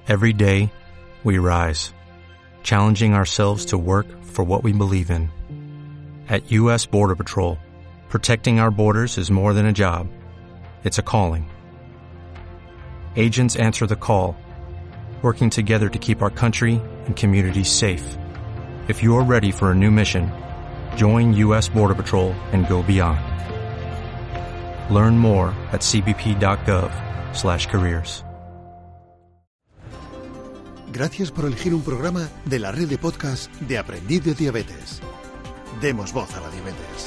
Every day, we rise, challenging ourselves to work for what we believe in. At U.S. Border Patrol, protecting our borders is more than a job. It's a calling. Agents answer the call, working together to keep our country and communities safe. If you're ready for a new mission, join U.S. Border Patrol and go beyond. Learn more at cbp.gov/careers. Gracias por elegir un programa de la red de podcast de Aprendiz de Diabetes. Demos voz a la diabetes.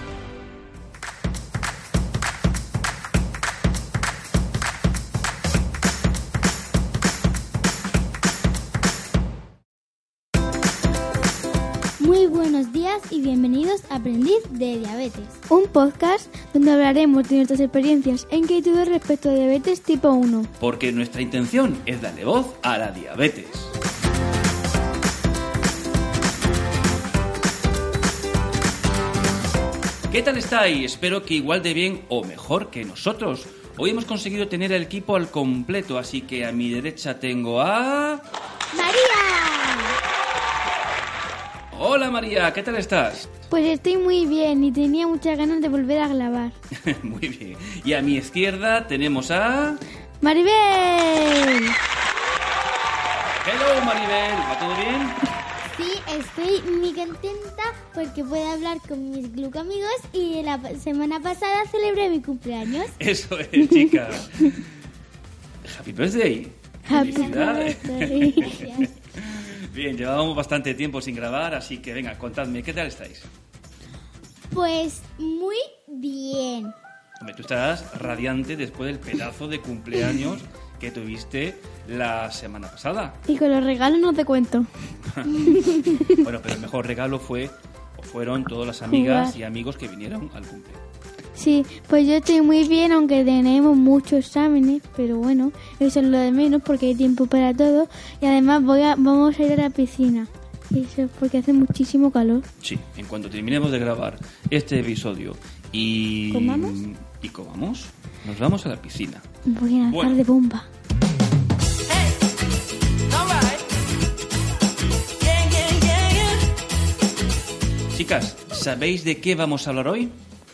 Muy buenos días y bienvenidos a Aprendiz de Diabetes, un podcast donde hablaremos de nuestras experiencias e inquietudes respecto a diabetes tipo 1. Porque nuestra intención es darle voz a la diabetes. ¿Qué tal estáis? Espero que igual de bien o mejor que nosotros. Hoy hemos conseguido tener el equipo al completo, así que a mi derecha tengo a... ¡María! Hola María, ¿qué tal estás? Pues estoy muy bien y tenía muchas ganas de volver a grabar. Muy bien. Y a mi izquierda tenemos a... ¡Maribel! Hello Maribel, ¿va todo bien? Sí, estoy muy contenta porque puedo hablar con mis club amigos y la semana pasada celebré mi cumpleaños. Eso es, chica. Happy birthday. Happy Felicidades. birthday. Gracias. Bien, llevábamos bastante tiempo sin grabar, así que venga, contadme, ¿qué tal estáis? Pues muy bien. Hombre, tú estás radiante después del pedazo de cumpleaños que tuviste la semana pasada. Y con los regalos no te cuento. Bueno, pero el mejor regalo fueron todas las amigas Jugar. y amigos que vinieron al cumple. Sí, pues yo estoy muy bien, aunque tenemos muchos exámenes, pero bueno, eso es lo de menos porque hay tiempo para todo. Y además vamos a ir a la piscina, eso es porque hace muchísimo calor. Sí, en cuanto terminemos de grabar este episodio y... ¿Comamos? Y comamos, nos vamos a la piscina. Voy a lanzar Bueno. de bomba. Chicas, ¿sabéis de qué vamos a hablar hoy?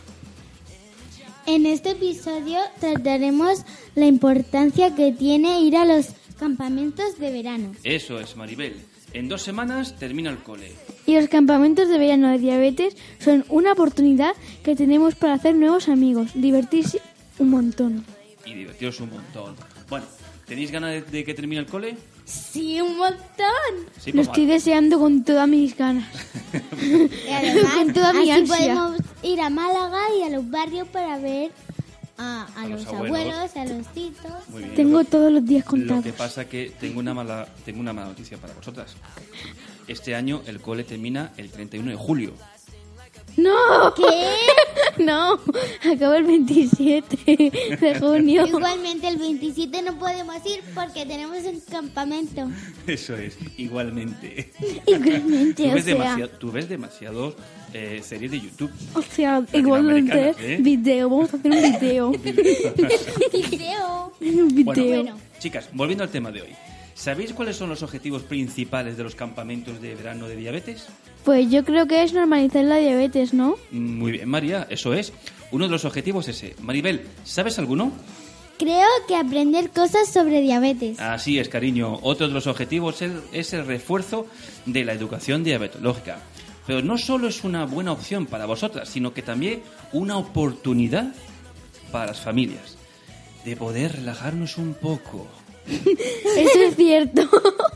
En este episodio trataremos la importancia que tiene ir a los campamentos de verano. Eso es, Maribel. En 2 semanas termina el cole. Y los campamentos de verano de diabetes son una oportunidad que tenemos para hacer nuevos amigos, divertirse un montón. Y divertiros un montón. Bueno, ¿tenéis ganas de que termine el cole? Sí, un montón. Sí, Lo pues estoy deseando con todas mis ganas. Y además, Con toda mi así ansia. podemos ir a Málaga y a los barrios para ver a los los abuelos. abuelos, a los titos. Muy bien. Tengo todos los días Lo contados. que pasa que tengo una mala noticia para vosotras. Este año el cole termina el 31 de julio. ¡No! ¿Qué? No, acaba el 27 de junio. Igualmente el 27 no podemos ir porque tenemos un campamento. Eso es, igualmente. Igualmente, Tú ves demasiados series de YouTube. o sea, igualmente, Latinoamericanas, ¿eh? video, vamos a hacer un video. Creo. Un video. Bueno. Chicas, volviendo al tema de hoy. ¿Sabéis cuáles son los objetivos principales de los campamentos de verano de diabetes? Pues yo creo que es normalizar la diabetes, ¿no? Muy bien, María, eso es. Uno de los objetivos es ese. Maribel, ¿sabes alguno? Creo que aprender cosas sobre diabetes. Así es, cariño. Otro de los objetivos es el refuerzo de la educación diabetológica. Pero no solo es una buena opción para vosotras, sino que también una oportunidad para las familias de poder relajarnos un poco. Eso es cierto.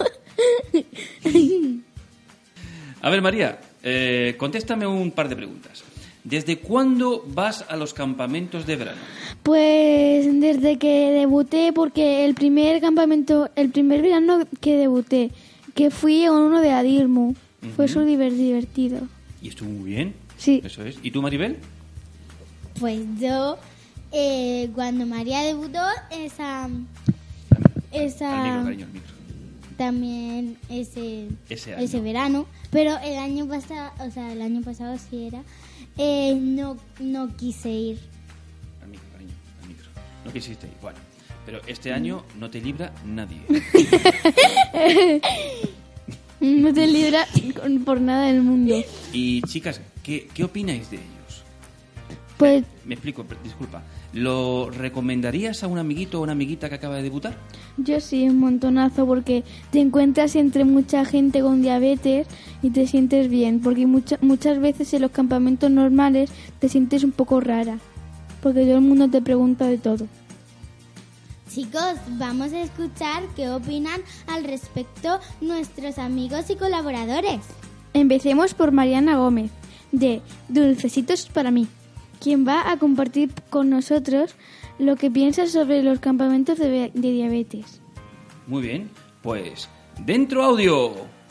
A ver, María, contéstame un par de preguntas. ¿Desde cuándo vas a los campamentos de verano? Pues desde que debuté, porque el primer verano que debuté, que fui a uno de Adirmu, fue Ujú. súper divertido. ¿Y estuvo muy bien? Sí. Eso es. ¿Y tú, Maribel? Pues yo, cuando María debutó, esa Al micro, cariño, al micro. también ese año. verano, pero el año pasado sí era, no quise ir. Al micro, cariño, al micro. No quisiste ir. Bueno, Pero este año no te libra nadie. No te libra por nada del mundo. Y chicas, ¿qué opináis de ellos? Pues Me explico, disculpa. ¿Lo recomendarías a un amiguito o una amiguita que acaba de debutar? yo sí, un montonazo, porque te encuentras entre mucha gente con diabetes y te sientes bien, porque muchas veces en los campamentos normales te sientes un poco rara, porque todo el mundo te pregunta de todo. Chicos, vamos a escuchar qué opinan al respecto nuestros amigos y colaboradores. Empecemos por Mariana Gómez, de Dulcecitos para mí, quien va a compartir con nosotros lo que piensa sobre los campamentos de diabetes. Muy bien, pues ¡dentro audio!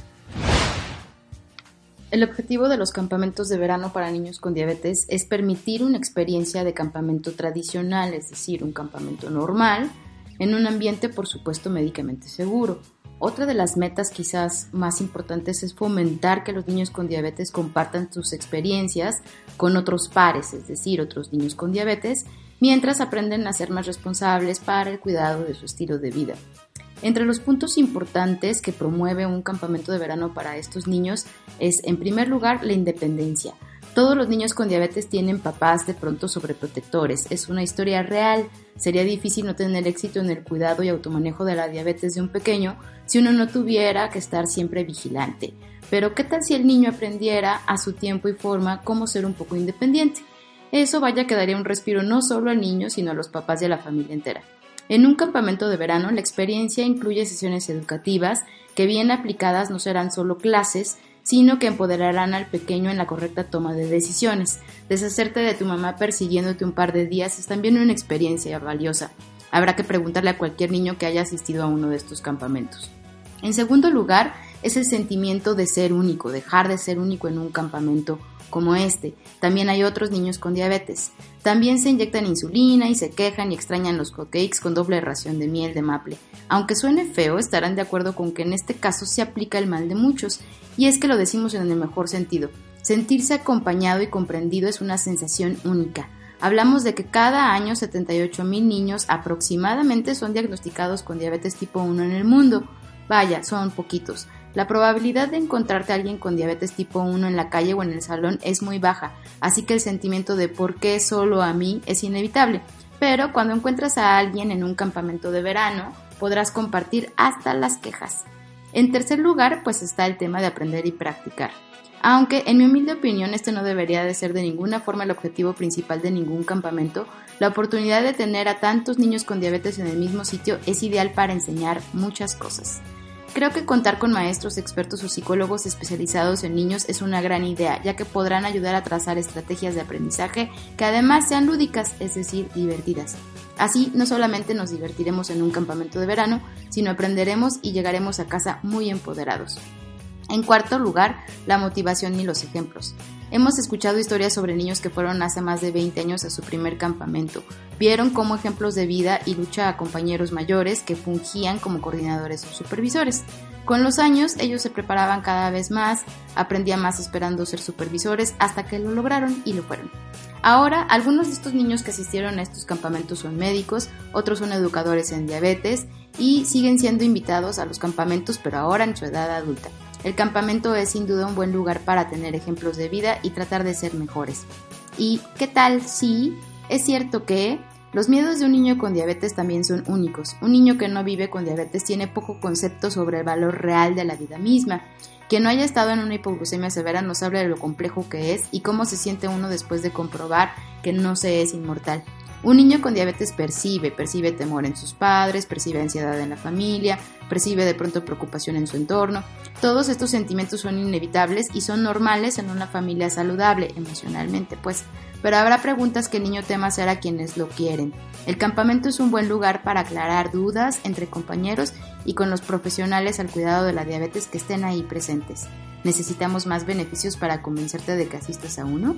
El objetivo de los campamentos de verano para niños con diabetes es permitir una experiencia de campamento tradicional, es decir, un campamento normal, en un ambiente, por supuesto, médicamente seguro. Otra de las metas quizás más importantes es fomentar que los niños con diabetes compartan sus experiencias con otros pares, es decir, otros niños con diabetes, mientras aprenden a ser más responsables para el cuidado de su estilo de vida. Entre los puntos importantes que promueve un campamento de verano para estos niños es, en primer lugar, la independencia. Todos los niños con diabetes tienen papás de pronto sobreprotectores. Es una historia real. Sería difícil no tener éxito en el cuidado y automanejo de la diabetes de un pequeño si uno no tuviera que estar siempre vigilante. Pero ¿qué tal si el niño aprendiera a su tiempo y forma cómo ser un poco independiente? Eso vaya que daría un respiro no solo al niño, sino a los papás y a la familia entera. En un campamento de verano, la experiencia incluye sesiones educativas que, bien aplicadas, no serán solo clases, sino que empoderarán al pequeño en la correcta toma de decisiones. Deshacerte de tu mamá persiguiéndote un par de días es también una experiencia valiosa. Habrá que preguntarle a cualquier niño que haya asistido a uno de estos campamentos. En segundo lugar, es el sentimiento de ser único, dejar de ser único en un campamento como este. También hay otros niños con diabetes. También se inyectan insulina y se quejan y extrañan los hotcakes con doble ración de miel de maple. Aunque suene feo, estarán de acuerdo con que en este caso se aplica el mal de muchos, y es que lo decimos en el mejor sentido. Sentirse acompañado y comprendido es una sensación única. Hablamos de que cada año 78,000 niños aproximadamente son diagnosticados con diabetes tipo 1 en el mundo. Vaya, son poquitos. La probabilidad de encontrarte a alguien con diabetes tipo 1 en la calle o en el salón es muy baja, así que el sentimiento de ¿por qué solo a mí? Es inevitable. Pero cuando encuentras a alguien en un campamento de verano, podrás compartir hasta las quejas. En tercer lugar, pues está el tema de aprender y practicar. Aunque, en mi humilde opinión, este no debería de ser de ninguna forma el objetivo principal de ningún campamento, la oportunidad de tener a tantos niños con diabetes en el mismo sitio es ideal para enseñar muchas cosas. Creo que contar con maestros, expertos o psicólogos especializados en niños es una gran idea, ya que podrán ayudar a trazar estrategias de aprendizaje que además sean lúdicas, es decir, divertidas. Así, no solamente nos divertiremos en un campamento de verano, sino aprenderemos y llegaremos a casa muy empoderados. En cuarto lugar, la motivación y los ejemplos. Hemos escuchado historias sobre niños que fueron hace más de 20 años a su primer campamento. Vieron como ejemplos de vida y lucha a compañeros mayores que fungían como coordinadores o supervisores. Con los años, ellos se preparaban cada vez más, aprendían más esperando ser supervisores hasta que lo lograron y lo fueron. Ahora, algunos de estos niños que asistieron a estos campamentos son médicos, otros son educadores en diabetes y siguen siendo invitados a los campamentos, pero ahora en su edad adulta. El campamento es sin duda un buen lugar para tener ejemplos de vida y tratar de ser mejores. ¿Y qué tal si es cierto que los miedos de un niño con diabetes también son únicos? Un niño que no vive con diabetes tiene poco concepto sobre el valor real de la vida misma. Quien no haya estado en una hipoglucemia severa no sabe de lo complejo que es y cómo se siente uno después de comprobar que no se es inmortal. Un niño con diabetes percibe temor en sus padres, percibe ansiedad en la familia, percibe de pronto preocupación en su entorno. Todos estos sentimientos son inevitables y son normales en una familia saludable emocionalmente, pues. Pero habrá preguntas que el niño teme hacer a quienes lo quieren. El campamento es un buen lugar para aclarar dudas entre compañeros y con los profesionales al cuidado de la diabetes que estén ahí presentes. ¿Necesitamos más beneficios para convencerte de que asistas a uno?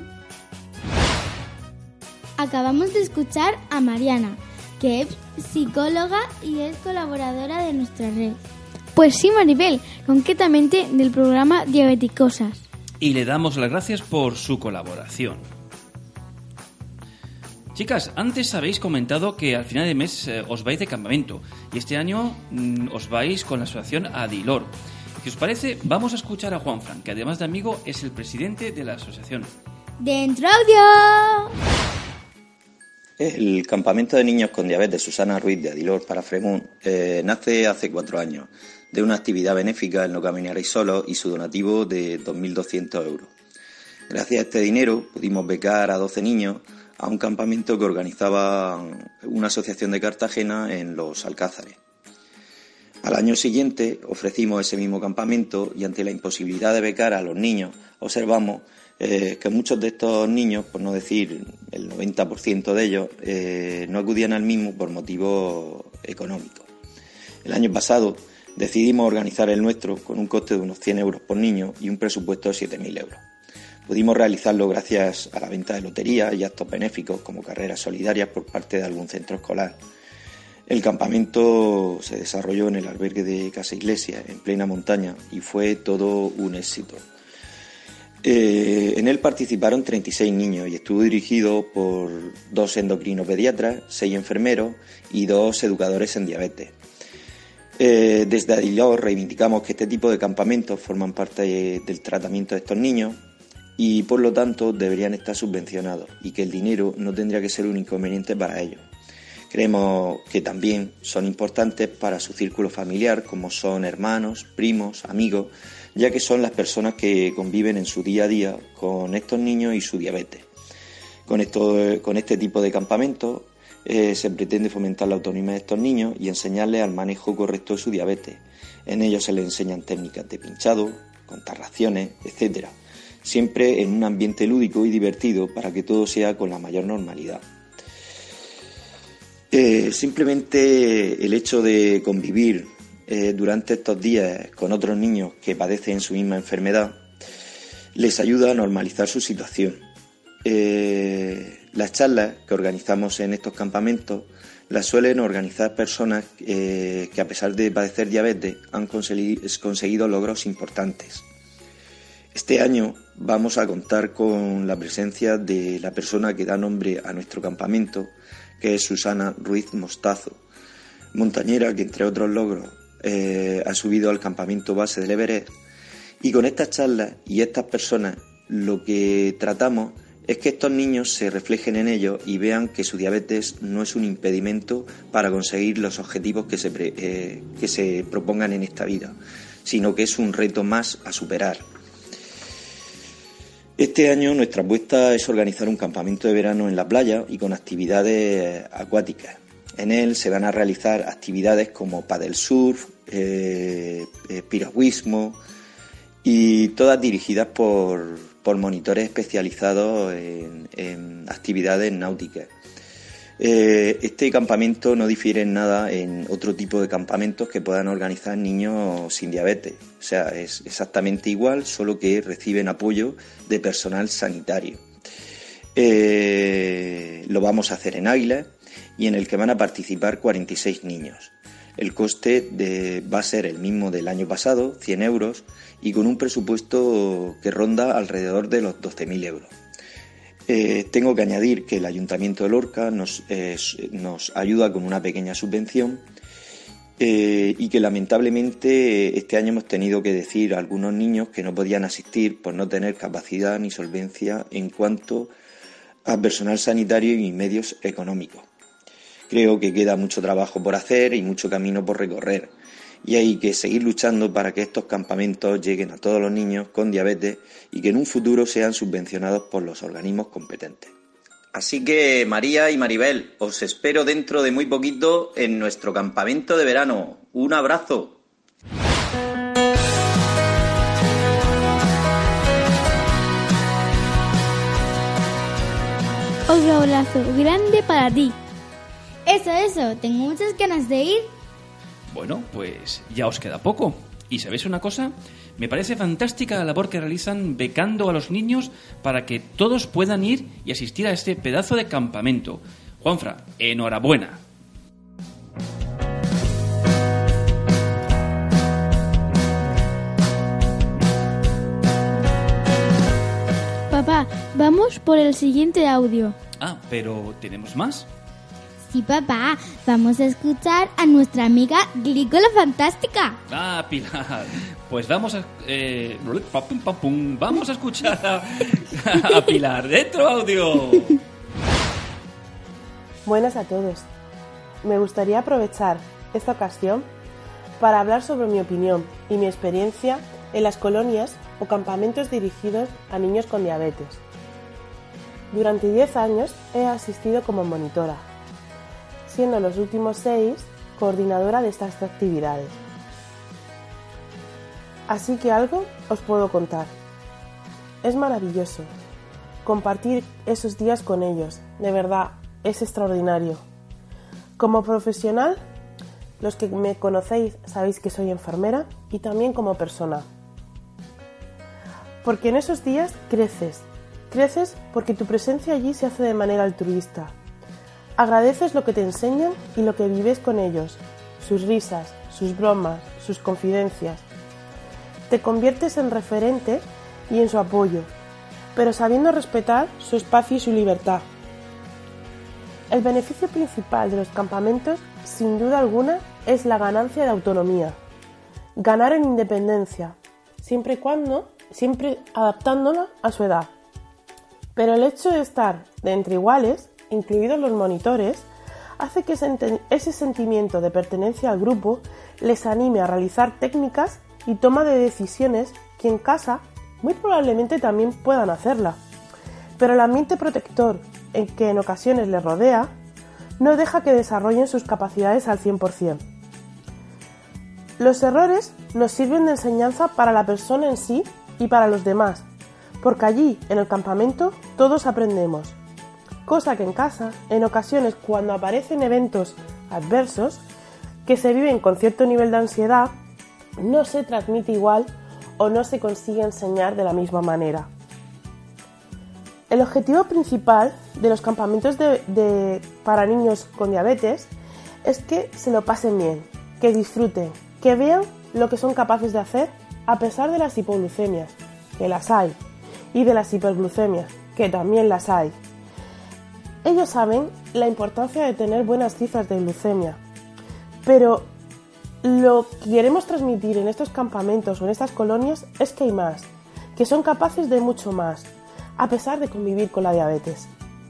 Acabamos de escuchar a Mariana, que es psicóloga y es colaboradora de nuestra red. Pues sí, Maribel, concretamente del programa Diabeticosas. Y le damos las gracias por su colaboración. Chicas, antes habéis comentado que al final de mes os vais de campamento y este año os vais con la asociación Adilor. Si os parece, vamos a escuchar a Juanfran, que además de amigo es el presidente de la asociación. ¡Dentro audio! El campamento de niños con diabetes Susana Ruiz de Adilor para Fremont nace hace 4 años de una actividad benéfica en No Caminaréis Solos y su donativo de 2.200 euros. Gracias a este dinero pudimos becar a 12 niños a un campamento que organizaba una asociación de Cartagena en Los Alcázares. Al año siguiente ofrecimos ese mismo campamento y ante la imposibilidad de becar a los niños observamos que muchos de estos niños, por no decir el 90% de ellos, no acudían al mismo por motivos económicos. El año pasado decidimos organizar el nuestro con un coste de unos 100 euros por niño y un presupuesto de 7.000 euros. Pudimos realizarlo gracias a la venta de loterías y actos benéficos como carreras solidarias por parte de algún centro escolar. El campamento se desarrolló en el albergue de Casa Iglesia, en plena montaña, y fue todo un éxito. En él participaron 36 niños y estuvo dirigido por 2 endocrinopediatras, 6 enfermeros y 2 educadores en diabetes. Desde Adilor reivindicamos que este tipo de campamentos forman parte del tratamiento de estos niños y por lo tanto deberían estar subvencionados y que el dinero no tendría que ser un inconveniente para ellos. Creemos que también son importantes para su círculo familiar, como son hermanos, primos, amigos, ya que son las personas que conviven en su día a día con estos niños y su diabetes. Con este tipo de campamentos se pretende fomentar la autonomía de estos niños y enseñarles al manejo correcto de su diabetes. En ellos se les enseñan técnicas de pinchado, contar raciones, etc., siempre en un ambiente lúdico y divertido para que todo sea con la mayor normalidad. Simplemente el hecho de convivir durante estos días con otros niños que padecen su misma enfermedad les ayuda a normalizar su situación. Las charlas que organizamos en estos campamentos las suelen organizar personas que a pesar de padecer diabetes han conseguido logros importantes. Este año vamos a contar con la presencia de la persona que da nombre a nuestro campamento, que es Susana Ruiz Mostazo, montañera que entre otros logros ha subido al campamento base del Everest. Y con estas charlas y estas personas lo que tratamos es que estos niños se reflejen en ellos y vean que su diabetes no es un impedimento para conseguir los objetivos que se propongan en esta vida, sino que es un reto más a superar. Este año nuestra apuesta es organizar un campamento de verano en la playa y con actividades acuáticas. En él se van a realizar actividades como paddle surf, piragüismo y todas dirigidas por monitores especializados en actividades náuticas. Este campamento no difiere en nada en otro tipo de campamentos que puedan organizar niños sin diabetes. O sea, es exactamente igual, solo que reciben apoyo de personal sanitario. Lo vamos a hacer en Águilas y en el que van a participar 46 niños. El coste va a ser el mismo del año pasado, 100 euros, y con un presupuesto que ronda alrededor de los 12.000 euros. Tengo que añadir que el Ayuntamiento de Lorca nos ayuda con una pequeña subvención y que lamentablemente este año hemos tenido que decir a algunos niños que no podían asistir por no tener capacidad ni solvencia en cuanto a personal sanitario y medios económicos. Creo que queda mucho trabajo por hacer y mucho camino por recorrer. Y hay que seguir luchando para que estos campamentos lleguen a todos los niños con diabetes y que en un futuro sean subvencionados por los organismos competentes. Así que, María y Maribel, os espero dentro de muy poquito en nuestro campamento de verano. ¡Un abrazo! Otro abrazo grande para ti. Eso, tengo muchas ganas de ir. Bueno, pues ya os queda poco. ¿Y sabéis una cosa? Me parece fantástica la labor que realizan becando a los niños para que todos puedan ir y asistir a este pedazo de campamento. Juanfra, enhorabuena. Papá, vamos por el siguiente audio. Ah, pero ¿tenemos más? Sí, papá, vamos a escuchar a nuestra amiga Glícola Fantástica. Ah, Pilar, pues vamos a... vamos a escuchar a Pilar. ¡Dentro audio! Buenas a todos. Me gustaría aprovechar esta ocasión para hablar sobre mi opinión y mi experiencia en las colonias o campamentos dirigidos a niños con diabetes. Durante 10 años he asistido como monitora, siendo los últimos 6 coordinadora de estas actividades. Así que algo os puedo contar. Es maravilloso compartir esos días con ellos, de verdad, es extraordinario. Como profesional, los que me conocéis sabéis que soy enfermera y también como persona. Porque en esos días creces porque tu presencia allí se hace de manera altruista. Agradeces lo que te enseñan y lo que vives con ellos, sus risas, sus bromas, sus confidencias. Te conviertes en referente y en su apoyo, pero sabiendo respetar su espacio y su libertad. El beneficio principal de los campamentos, sin duda alguna, es la ganancia de autonomía. Ganar en independencia, siempre adaptándola a su edad. Pero el hecho de estar de entre iguales, incluidos los monitores, hace que ese sentimiento de pertenencia al grupo les anime a realizar técnicas y toma de decisiones que en casa muy probablemente también puedan hacerla. Pero el ambiente protector en que en ocasiones les rodea no deja que desarrollen sus capacidades al 100%. Los errores nos sirven de enseñanza para la persona en sí y para los demás, porque allí, en el campamento, todos aprendemos. Cosa que en casa, en ocasiones cuando aparecen eventos adversos, que se viven con cierto nivel de ansiedad, no se transmite igual o no se consigue enseñar de la misma manera. El objetivo principal de los campamentos para niños con diabetes es que se lo pasen bien, que disfruten, que vean lo que son capaces de hacer a pesar de las hipoglucemias, que las hay, y de las hiperglucemias, que también las hay. Ellos saben la importancia de tener buenas cifras de glucemia, pero lo que queremos transmitir en estos campamentos o en estas colonias es que hay más, que son capaces de mucho más, a pesar de convivir con la diabetes.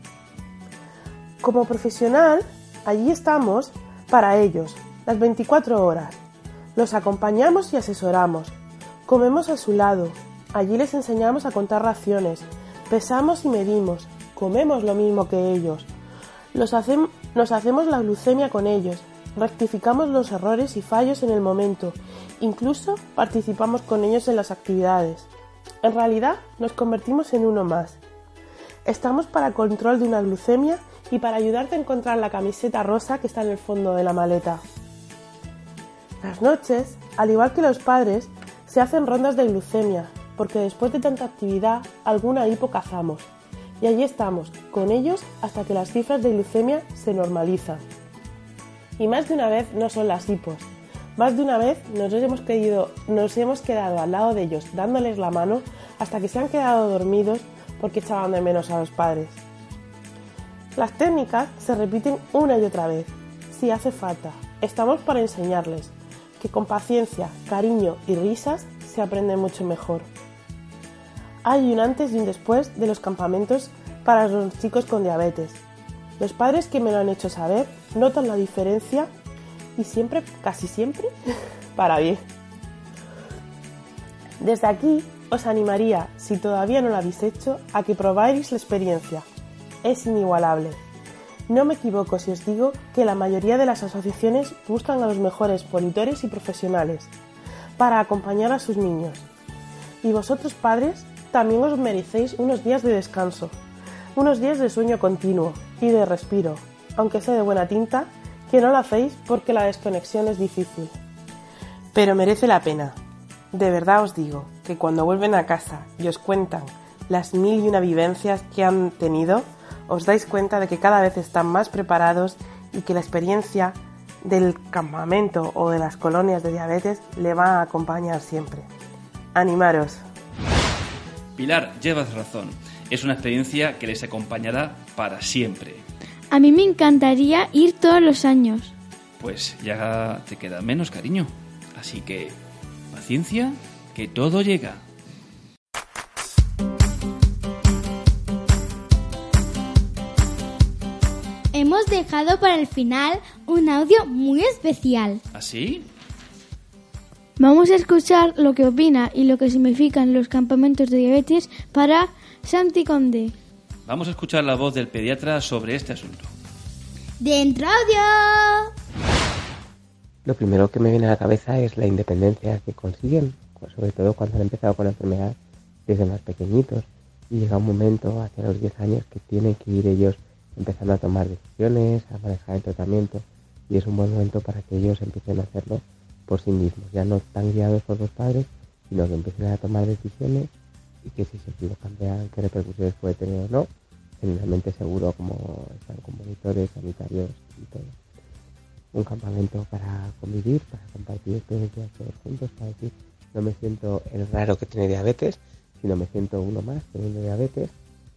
Como profesional, allí estamos para ellos, las 24 horas. Los acompañamos y asesoramos, comemos a su lado. Allí les enseñamos a contar raciones, pesamos y medimos, comemos lo mismo que ellos. Nos hacemos la glucemia con ellos, rectificamos los errores y fallos en el momento, incluso participamos con ellos en las actividades. En realidad nos convertimos en uno más. Estamos para el control de una glucemia y para ayudarte a encontrar la camiseta rosa que está en el fondo de la maleta. Las noches, al igual que los padres, se hacen rondas de glucemia, porque después de tanta actividad, alguna hipo cazamos. Y allí estamos, con ellos, hasta que las cifras de glucemia se normalizan. Y más de una vez no son las hipos. Más de una vez nos hemos quedado al lado de ellos, dándoles la mano, hasta que se han quedado dormidos porque echaban de menos a los padres. Las técnicas se repiten una y otra vez, si hace falta. Estamos para enseñarles que con paciencia, cariño y risas se aprende mucho mejor. Hay un antes y un después de los campamentos para los chicos con diabetes. Los padres que me lo han hecho saber notan la diferencia y siempre, casi siempre, para bien. Desde aquí os animaría, si todavía no lo habéis hecho, a que probáis la experiencia. Es inigualable. No me equivoco si os digo que la mayoría de las asociaciones buscan a los mejores monitores y profesionales para acompañar a sus niños. Y vosotros, padres, también os merecéis unos días de descanso, unos días de sueño continuo y de respiro, aunque sea de buena tinta, que no lo hacéis porque la desconexión es difícil. Pero merece la pena. De verdad os digo que cuando vuelven a casa y os cuentan las 1001 vivencias que han tenido, os dais cuenta de que cada vez están más preparados y que la experiencia del campamento o de las colonias de diabetes le va a acompañar siempre. ¡Animaros! Pilar, llevas razón. es una experiencia que les acompañará para siempre. A mí me encantaría ir todos los años. Pues ya te queda menos, cariño. Así que, paciencia, que todo llega. Hemos dejado para el final un audio muy especial. ¿Así? Vamos a escuchar lo que opina y lo que significan los campamentos de diabetes para Santi Conde. Vamos a escuchar la voz del pediatra sobre este asunto. ¡Dentro audio! Lo primero que me viene a la cabeza es la independencia que consiguen, sobre todo cuando han empezado con la enfermedad desde más pequeñitos. Y llega un momento, hacia los 10 años, que tienen que ir ellos empezando a tomar decisiones, a manejar el tratamiento. Y es un buen momento para que ellos empiecen a hacerlo por sí mismos, ya no tan guiados por los padres, sino que empiecen a tomar decisiones y que si se equivocan vean qué repercusiones puede tener o no, generalmente seguro, como están con monitores sanitarios y todo. Un campamento para convivir, para compartir experiencias todos juntos, para decir, no me siento el raro que tiene diabetes, sino me siento uno más teniendo diabetes.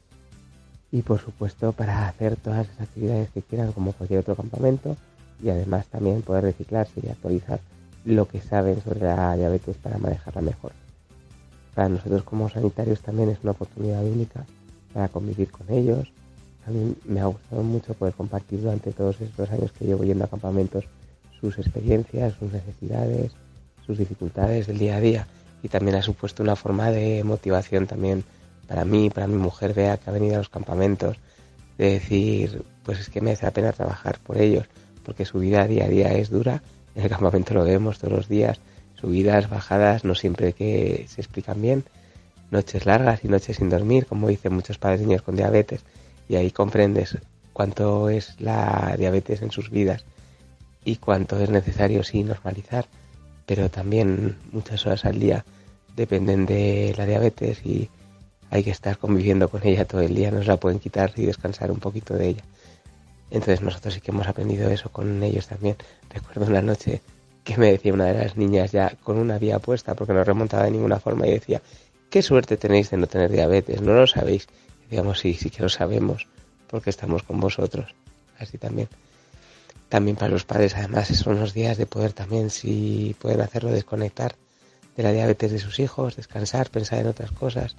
Y por supuesto para hacer todas las actividades que quieran como cualquier otro campamento, y además también poder reciclarse y actualizar lo que saben sobre la diabetes para manejarla mejor. Para nosotros como sanitarios también es una oportunidad única para convivir con ellos. A mí me ha gustado mucho poder compartir durante todos estos años que llevo yendo a campamentos sus experiencias, sus necesidades, sus dificultades del día a día, y también ha supuesto una forma de motivación también para mí, para mi mujer Bea, que ha venido a los campamentos, de decir, pues es que merece la pena trabajar por ellos, porque su vida día a día es dura. En el campamento lo vemos todos los días, subidas, bajadas, no siempre que se explican bien, noches largas y noches sin dormir, como dicen muchos padres de niños con diabetes, y ahí comprendes cuánto es la diabetes en sus vidas y cuánto es necesario sí normalizar, pero también muchas horas al día dependen de la diabetes y hay que estar conviviendo con ella todo el día, no se la pueden quitar y descansar un poquito de ella. Entonces nosotros sí que hemos aprendido eso con ellos también. Recuerdo una noche que me decía una de las niñas ya con una vía puesta porque no remontaba de ninguna forma y decía, qué suerte tenéis de no tener diabetes, ¿no lo sabéis? Y decíamos, sí que lo sabemos porque estamos con vosotros. Así también. También para los padres además son unos días de poder también, si pueden hacerlo, desconectar de la diabetes de sus hijos, descansar, pensar en otras cosas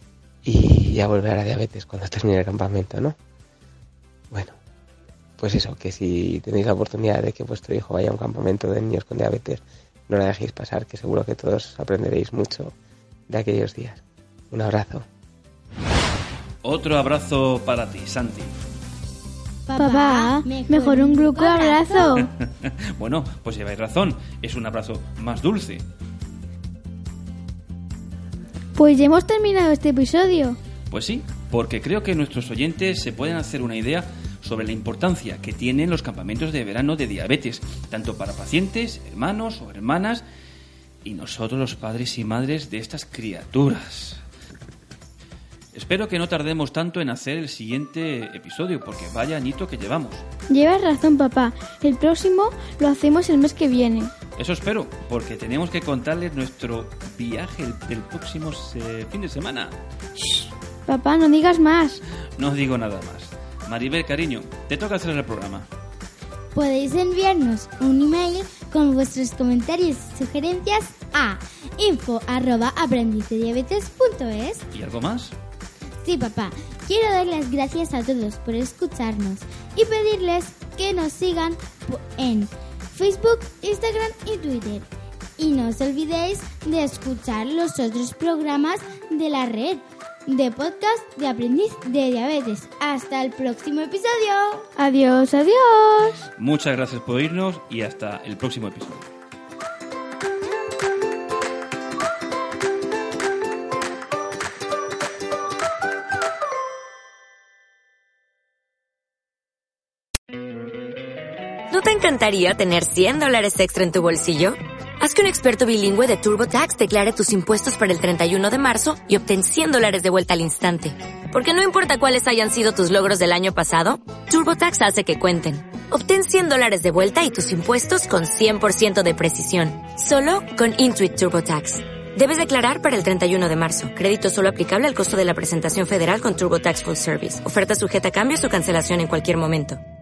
y ya volver a la diabetes cuando termine el campamento, ¿no? Bueno. Pues eso, que si tenéis la oportunidad de que vuestro hijo vaya a un campamento de niños con diabetes, no la dejéis pasar, que seguro que todos aprenderéis mucho de aquellos días. Un abrazo. Otro abrazo para ti, Santi. Papá, mejor un grupo abrazo. Bueno, pues lleváis razón, es un abrazo más dulce. Pues ya hemos terminado este episodio. Pues sí, porque creo que nuestros oyentes se pueden hacer una idea sobre la importancia que tienen los campamentos de verano de diabetes, tanto para pacientes, hermanos o hermanas, y nosotros los padres y madres de estas criaturas. Espero que no tardemos tanto en hacer el siguiente episodio, porque vaya añito que llevamos. Llevas razón, papá. El próximo lo hacemos el mes que viene. Eso espero, porque tenemos que contarles nuestro viaje del próximo fin de semana. Shh, papá, no digas más. No digo nada más. Maribel, cariño, te toca hacer el programa. Podéis enviarnos un email con vuestros comentarios y sugerencias a info@aprendizediabetes.es. ¿Y algo más? Sí, papá. Quiero dar las gracias a todos por escucharnos y pedirles que nos sigan en Facebook, Instagram y Twitter. Y no os olvidéis de escuchar los otros programas de la red de podcast de Aprendiz de Diabetes. Hasta el próximo episodio. Adiós, adiós. Muchas gracias por oírnos y hasta el próximo episodio. ¿No te encantaría tener $100 extra en tu bolsillo? Haz que un experto bilingüe de TurboTax declare tus impuestos para el 31 de marzo y obtén $100 de vuelta al instante. Porque no importa cuáles hayan sido tus logros del año pasado, TurboTax hace que cuenten. Obtén $100 de vuelta y tus impuestos con 100% de precisión. Solo con Intuit TurboTax. Debes declarar para el 31 de marzo. Crédito solo aplicable al costo de la presentación federal con TurboTax Full Service. Oferta sujeta a cambios o cancelación en cualquier momento.